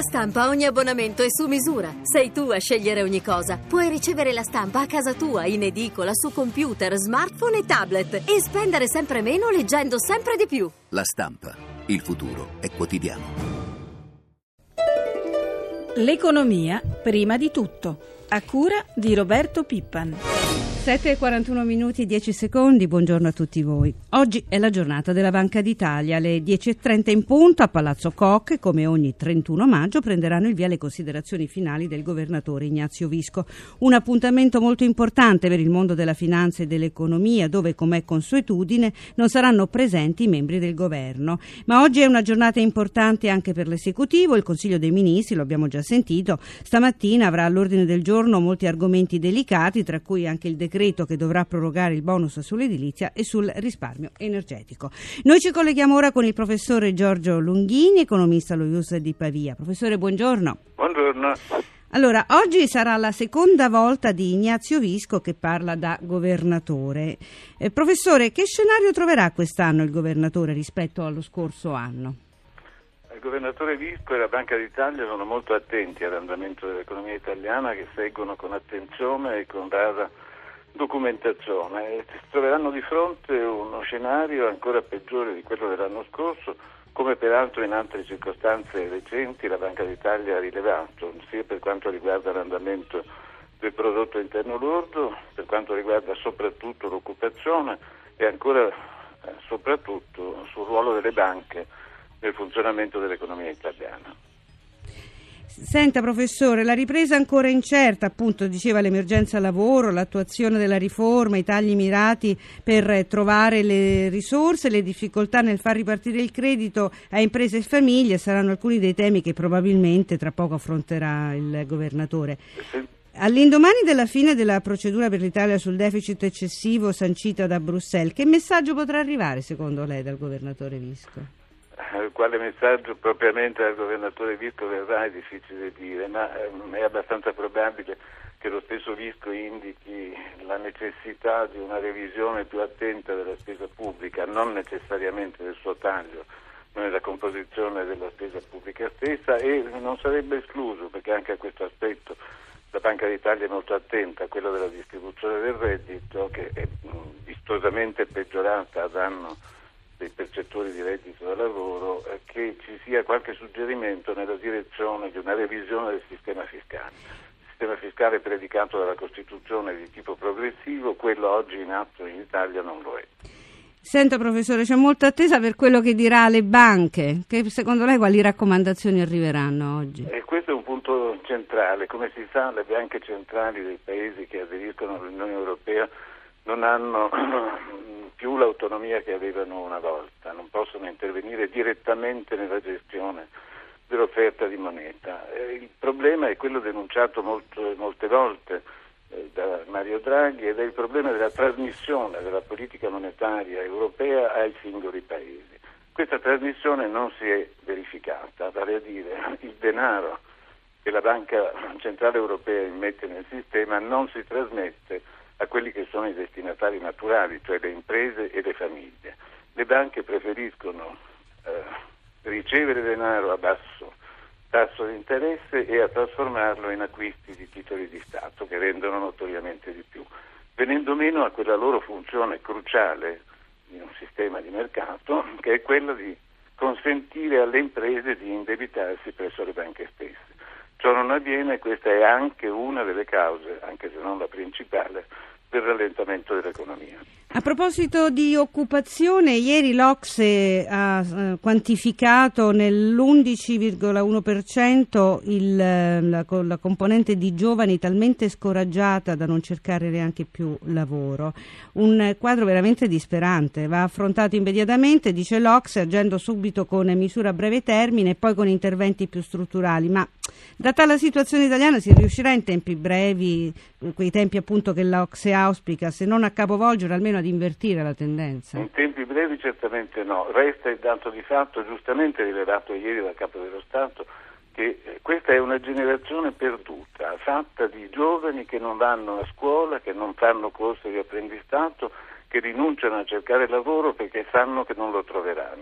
Stampa ogni abbonamento è su misura. Sei tu a scegliere ogni cosa. Puoi ricevere la stampa a casa tua, in edicola, su computer, smartphone e tablet e spendere sempre meno leggendo sempre di più. La Stampa. Il futuro è quotidiano. L'economia prima di tutto. A cura di Roberto Pippan. 7:41 minuti 10 secondi, buongiorno a tutti voi. Oggi è la giornata della Banca d'Italia, alle 10:30 in punto a Palazzo Koch, come ogni 31 maggio, prenderanno il via le considerazioni finali del governatore Ignazio Visco. Un appuntamento molto importante per il mondo della finanza e dell'economia, dove, com'è consuetudine, non saranno presenti i membri del governo. Ma oggi è una giornata importante anche per l'esecutivo. Il Consiglio dei Ministri, lo abbiamo già sentito, stamattina avrà all'ordine del giorno molti argomenti delicati, tra cui anche il decreto che dovrà prorogare il bonus sull'edilizia e sul risparmio energetico. Noi ci colleghiamo ora con il professore Giorgio Lunghini, economista allo IUS di Pavia. Professore, buongiorno. Buongiorno. Allora, oggi sarà la seconda volta di Ignazio Visco che parla da governatore. Professore, che scenario troverà quest'anno il governatore rispetto allo scorso anno? Il governatore Visco e la Banca d'Italia sono molto attenti all'andamento dell'economia italiana, che seguono con attenzione e con rara documentazione. Si troveranno di fronte uno scenario ancora peggiore di quello dell'anno scorso, come peraltro in altre circostanze recenti la Banca d'Italia ha rilevato, sia per quanto riguarda l'andamento del prodotto interno lordo, per quanto riguarda soprattutto l'occupazione e ancora soprattutto sul ruolo delle banche nel funzionamento dell'economia italiana. Senta professore, la ripresa ancora incerta, appunto diceva l'emergenza lavoro, l'attuazione della riforma, i tagli mirati per trovare le risorse, le difficoltà nel far ripartire il credito a imprese e famiglie saranno alcuni dei temi che probabilmente tra poco affronterà il governatore. All'indomani della fine della procedura per l'Italia sul deficit eccessivo sancita da Bruxelles, che messaggio potrà arrivare secondo lei dal governatore Visco? Quale messaggio propriamente dal governatore Visco verrà è difficile dire, ma è abbastanza probabile che lo stesso Visco indichi la necessità di una revisione più attenta della spesa pubblica, non necessariamente del suo taglio, ma nella composizione della spesa pubblica stessa, e non sarebbe escluso, perché anche a questo aspetto la Banca d'Italia è molto attenta, a quello della distribuzione del reddito, che è vistosamente peggiorata a danno dei percettori di reddito da lavoro, che ci sia qualche suggerimento nella direzione di una revisione del sistema fiscale. Il sistema fiscale predicato dalla Costituzione di tipo progressivo, quello oggi in atto in Italia non lo è. Senta professore, c'è molta attesa per quello che dirà le banche, che secondo lei quali raccomandazioni arriveranno oggi? E questo è un punto centrale. Come si sa, le banche centrali dei paesi che aderiscono all'Unione Europea non hanno più l'autonomia che avevano una volta, non possono intervenire direttamente nella gestione dell'offerta di moneta. Il problema è quello denunciato molte volte da Mario Draghi, ed è il problema della trasmissione della politica monetaria europea ai singoli paesi. Questa trasmissione non si è verificata, vale a dire il denaro che la Banca Centrale Europea immette nel sistema non si trasmette a quelli che sono i destinatari naturali, cioè le imprese e le famiglie. Le banche preferiscono ricevere denaro a basso tasso di interesse e a trasformarlo in acquisti di titoli di Stato che rendono notoriamente di più, venendo meno a quella loro funzione cruciale in un sistema di mercato, che è quella di consentire alle imprese di indebitarsi presso le banche stesse. Ciò non avviene, questa è anche una delle cause, anche se non la principale, del rallentamento dell'economia. A proposito di occupazione, ieri l'Ocse ha quantificato nell'11,1% la componente di giovani talmente scoraggiata da non cercare neanche più lavoro. Un quadro veramente disperante, va affrontato immediatamente, dice l'Ocse, agendo subito con misure a breve termine e poi con interventi più strutturali, ma data la situazione italiana si riuscirà in tempi brevi, quei tempi appunto che l'Ocse auspica, se non a capovolgere almeno ad invertire la tendenza? In tempi brevi certamente no. Resta il dato di fatto giustamente rilevato ieri dal Capo dello Stato che questa è una generazione perduta, fatta di giovani che non vanno a scuola, che non fanno corsi di apprendistato, che rinunciano a cercare lavoro perché sanno che non lo troveranno.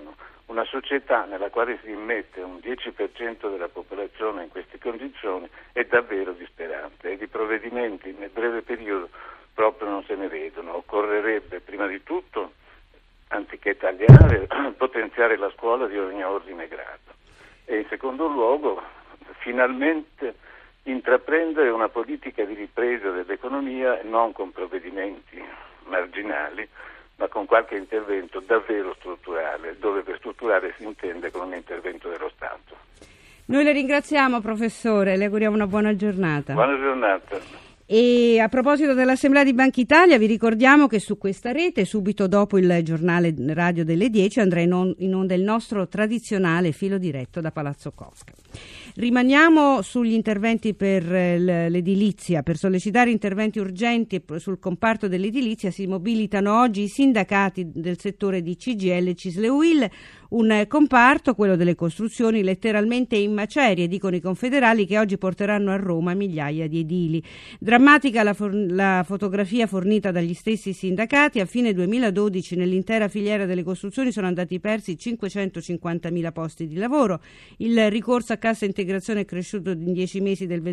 Una società nella quale si immette un 10% della popolazione in queste condizioni è davvero disperante e di provvedimenti nel breve periodo proprio non se ne vedono. Occorrerebbe prima di tutto, anziché tagliare, potenziare la scuola di ogni ordine e grado e in secondo luogo finalmente intraprendere una politica di ripresa dell'economia non con provvedimenti marginali ma con qualche intervento davvero strutturale, dove per strutturale si intende con un intervento dello Stato. Noi le ringraziamo, professore, le auguriamo una buona giornata. Buona giornata. E a proposito dell'Assemblea di Banca Italia, vi ricordiamo che su questa rete, subito dopo il giornale radio delle 10, andrà in onda il nostro tradizionale filo diretto da Palazzo Cosca. Rimaniamo sugli interventi per l'edilizia. Per sollecitare interventi urgenti sul comparto dell'edilizia si mobilitano oggi i sindacati del settore di CGIL, CISL e UIL, un comparto, quello delle costruzioni, letteralmente in macerie, dicono i confederali, che oggi porteranno a Roma migliaia di edili. Drammatica la fotografia fornita dagli stessi sindacati. A fine 2012 nell'intera filiera delle costruzioni sono andati persi 550.000 posti di lavoro. Il ricorso a cassa integrazione è cresciuto in 10 mesi del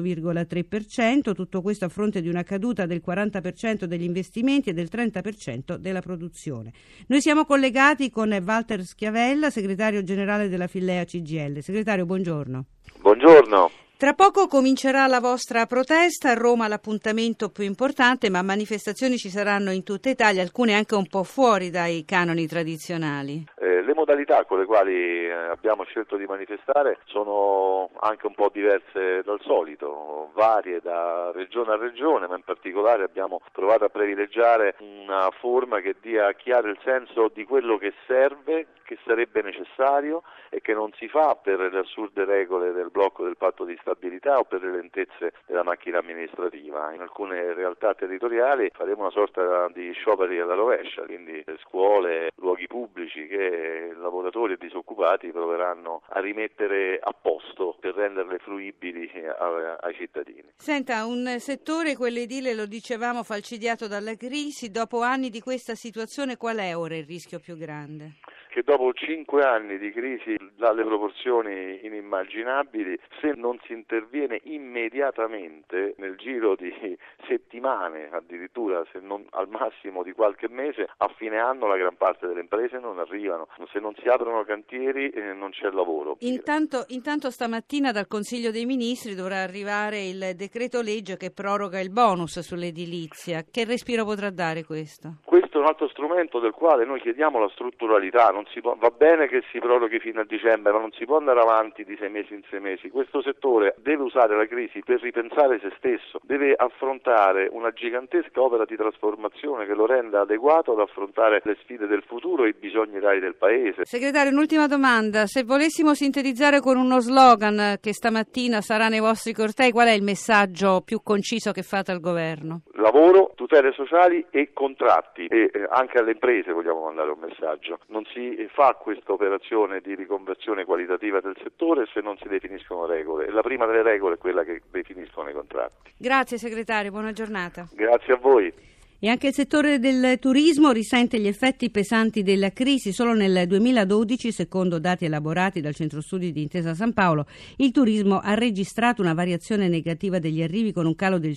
28,3%, tutto questo a fronte di una caduta del 40% degli investimenti e del 30% della produzione. Noi siamo collegati con Walter Schiavella, segretario generale della Fillea CGIL. Segretario, buongiorno. Buongiorno. Tra poco comincerà la vostra protesta, a Roma l'appuntamento più importante, ma manifestazioni ci saranno in tutta Italia, alcune anche un po' fuori dai canoni tradizionali. Le modalità con le quali abbiamo scelto di manifestare sono anche un po' diverse dal solito, varie da regione a regione, ma in particolare abbiamo provato a privilegiare una forma che dia chiaro il senso di quello che serve, che sarebbe necessario e che non si fa per le assurde regole del blocco del patto di stabilità o per le lentezze della macchina amministrativa. In alcune realtà territoriali faremo una sorta di scioperi alla rovescia, quindi scuole, luoghi pubblici che lavoratori e disoccupati proveranno a rimettere a posto per renderle fruibili ai cittadini. Senta, un settore, quello edile, lo dicevamo, falcidiato dalla crisi. Dopo anni di questa situazione, qual è ora il rischio più grande? Che dopo 5 anni di crisi dalle proporzioni inimmaginabili, se non si interviene immediatamente nel giro di settimane, addirittura se non al massimo di qualche mese, a fine anno la gran parte delle imprese non arrivano. Se non si aprono cantieri non c'è lavoro. Intanto stamattina dal Consiglio dei Ministri dovrà arrivare il decreto legge che proroga il bonus sull'edilizia. Che respiro potrà dare questo? Questo è un altro strumento del quale noi chiediamo la strutturalità. Va bene che si proroghi fino a dicembre, ma non si può andare avanti di 6 mesi in 6 mesi. Questo settore deve usare la crisi per ripensare se stesso, deve affrontare una gigantesca opera di trasformazione che lo renda adeguato ad affrontare le sfide del futuro e i bisogni reali del Paese. Segretario, un'ultima domanda. Se volessimo sintetizzare con uno slogan che stamattina sarà nei vostri cortei, qual è il messaggio più conciso che fate al governo? Lavoro, tutele sociali e contratti, e anche alle imprese vogliamo mandare un messaggio. Non si fa questa operazione di riconversione qualitativa del settore se non si definiscono regole, e la prima delle regole è quella che definiscono i contratti. Grazie segretario, buona giornata. Grazie a voi. E anche il settore del turismo risente gli effetti pesanti della crisi. Solo nel 2012, secondo dati elaborati dal Centro Studi di Intesa San Paolo, il turismo ha registrato una variazione negativa degli arrivi con un calo del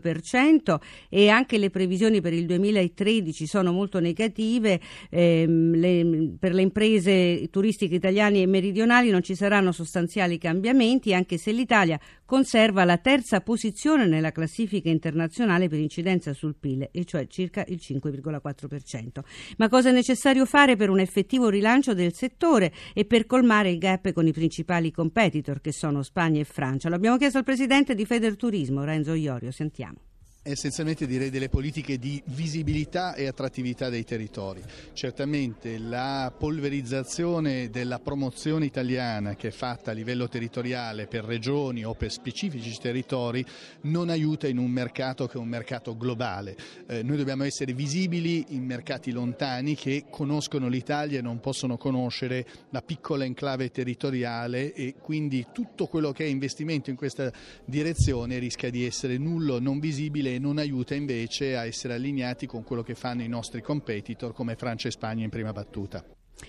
5% e anche le previsioni per il 2013 sono molto negative. Per le imprese turistiche italiane e meridionali non ci saranno sostanziali cambiamenti, anche se l'Italia conserva la terza posizione nella classifica internazionale per incidenza sul PIL, e cioè circa il 5,4%. Ma cosa è necessario fare per un effettivo rilancio del settore e per colmare il gap con i principali competitor che sono Spagna e Francia? Lo abbiamo chiesto al presidente di Federturismo, Renzo Iorio. Sentiamo. Essenzialmente direi delle politiche di visibilità e attrattività dei territori. Certamente la polverizzazione della promozione italiana che è fatta a livello territoriale per regioni o per specifici territori non aiuta in un mercato che è un mercato globale. Noi dobbiamo essere visibili in mercati lontani che conoscono l'Italia e non possono conoscere la piccola enclave territoriale, e quindi tutto quello che è investimento in questa direzione rischia di essere nullo, non visibile, e non aiuta invece a essere allineati con quello che fanno i nostri competitor come Francia e Spagna in prima battuta.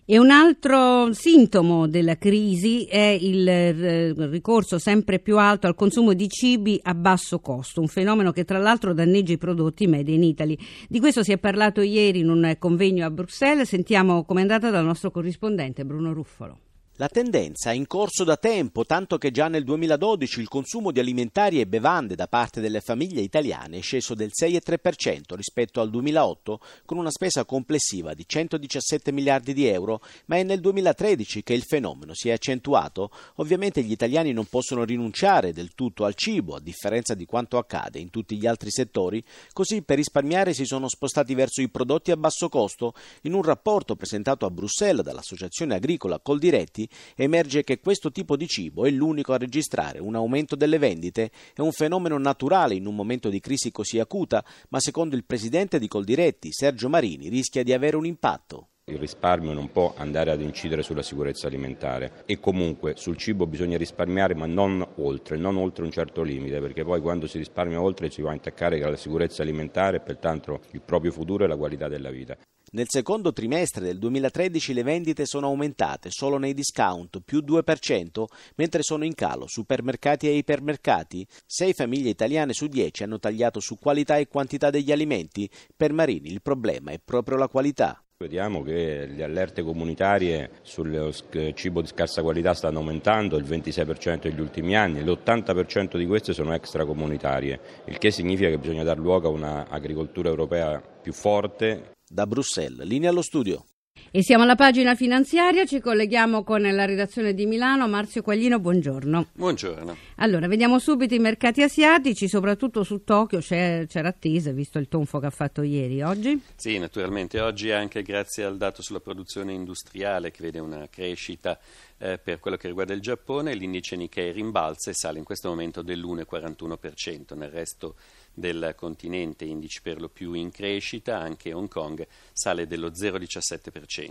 E un altro sintomo della crisi è il ricorso sempre più alto al consumo di cibi a basso costo, un fenomeno che tra l'altro danneggia i prodotti made in Italy. Di questo si è parlato ieri in un convegno a Bruxelles. Sentiamo com'è andata dal nostro corrispondente Bruno Ruffolo. La tendenza è in corso da tempo, tanto che già nel 2012 il consumo di alimentari e bevande da parte delle famiglie italiane è sceso del 6,3% rispetto al 2008, con una spesa complessiva di 117 miliardi di euro, ma è nel 2013 che il fenomeno si è accentuato. Ovviamente gli italiani non possono rinunciare del tutto al cibo, a differenza di quanto accade in tutti gli altri settori, così per risparmiare si sono spostati verso i prodotti a basso costo. In un rapporto presentato a Bruxelles dall'Associazione Agricola Coldiretti emerge che questo tipo di cibo è l'unico a registrare un aumento delle vendite. È un fenomeno naturale in un momento di crisi così acuta, ma secondo il presidente di Coldiretti, Sergio Marini, rischia di avere un impatto. Il risparmio non può andare ad incidere sulla sicurezza alimentare e comunque sul cibo bisogna risparmiare, ma non oltre un certo limite, perché poi quando si risparmia oltre si va a intaccare la sicurezza alimentare e pertanto il proprio futuro e la qualità della vita. Nel secondo trimestre del 2013 le vendite sono aumentate solo nei discount, più 2%, mentre sono in calo supermercati e ipermercati. 6 famiglie italiane su 10 hanno tagliato su qualità e quantità degli alimenti. Per Marini il problema è proprio la qualità. Vediamo che le allerte comunitarie sul cibo di scarsa qualità stanno aumentando, il 26% negli ultimi anni, l'80% di queste sono extracomunitarie, il che significa che bisogna dar luogo a un'agricoltura europea più forte. Da Bruxelles, linea allo studio. E siamo alla pagina finanziaria, ci colleghiamo con la redazione di Milano. Marzio Quaglino, buongiorno. Buongiorno. Allora, vediamo subito i mercati asiatici, soprattutto su Tokyo c'era attesa, visto il tonfo che ha fatto ieri. Oggi? Sì, naturalmente oggi anche grazie al dato sulla produzione industriale che vede una crescita per quello che riguarda il Giappone, l'indice Nikkei rimbalza e sale in questo momento dell'1,41%. Nel resto del continente indici per lo più in crescita, anche Hong Kong sale dello 0,17%.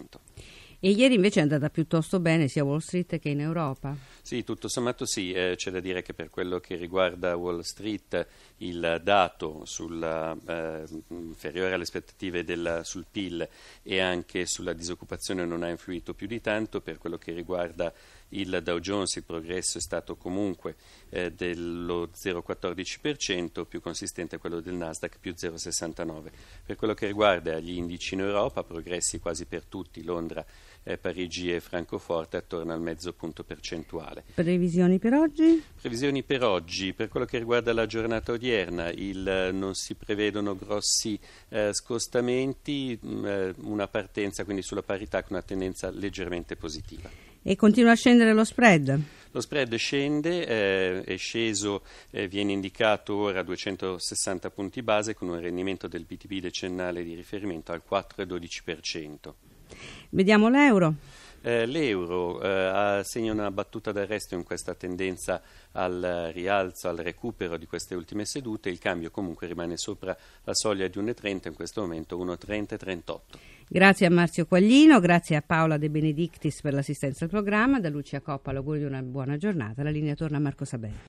E ieri invece è andata piuttosto bene sia Wall Street che in Europa. Sì, tutto sommato sì, c'è da dire che per quello che riguarda Wall Street il dato inferiore alle aspettative sul PIL e anche sulla disoccupazione non ha influito più di tanto. Per quello che riguarda il Dow Jones il progresso è stato comunque dello 0,14%, più consistente quello del Nasdaq, più 0,69%. Per quello che riguarda gli indici in Europa, progressi quasi per tutti, Londra, Parigi e Francoforte attorno al mezzo punto percentuale. Previsioni per oggi? Previsioni per oggi, per quello che riguarda la giornata odierna, non si prevedono grossi scostamenti, una partenza quindi sulla parità con una tendenza leggermente positiva. E continua a scendere lo spread? Lo spread scende, è sceso, viene indicato ora a 260 punti base con un rendimento del BTP decennale di riferimento al 4,12%. Vediamo l'euro. L'euro segna una battuta d'arresto in questa tendenza al rialzo, al recupero di queste ultime sedute. Il cambio comunque rimane sopra la soglia di 1,30, in questo momento 1,30,38. Grazie a Marzio Quaglino, grazie a Paola De Benedictis per l'assistenza al programma. Da Lucia Coppa l'augurio di una buona giornata. La linea torna a Marco Sabelli.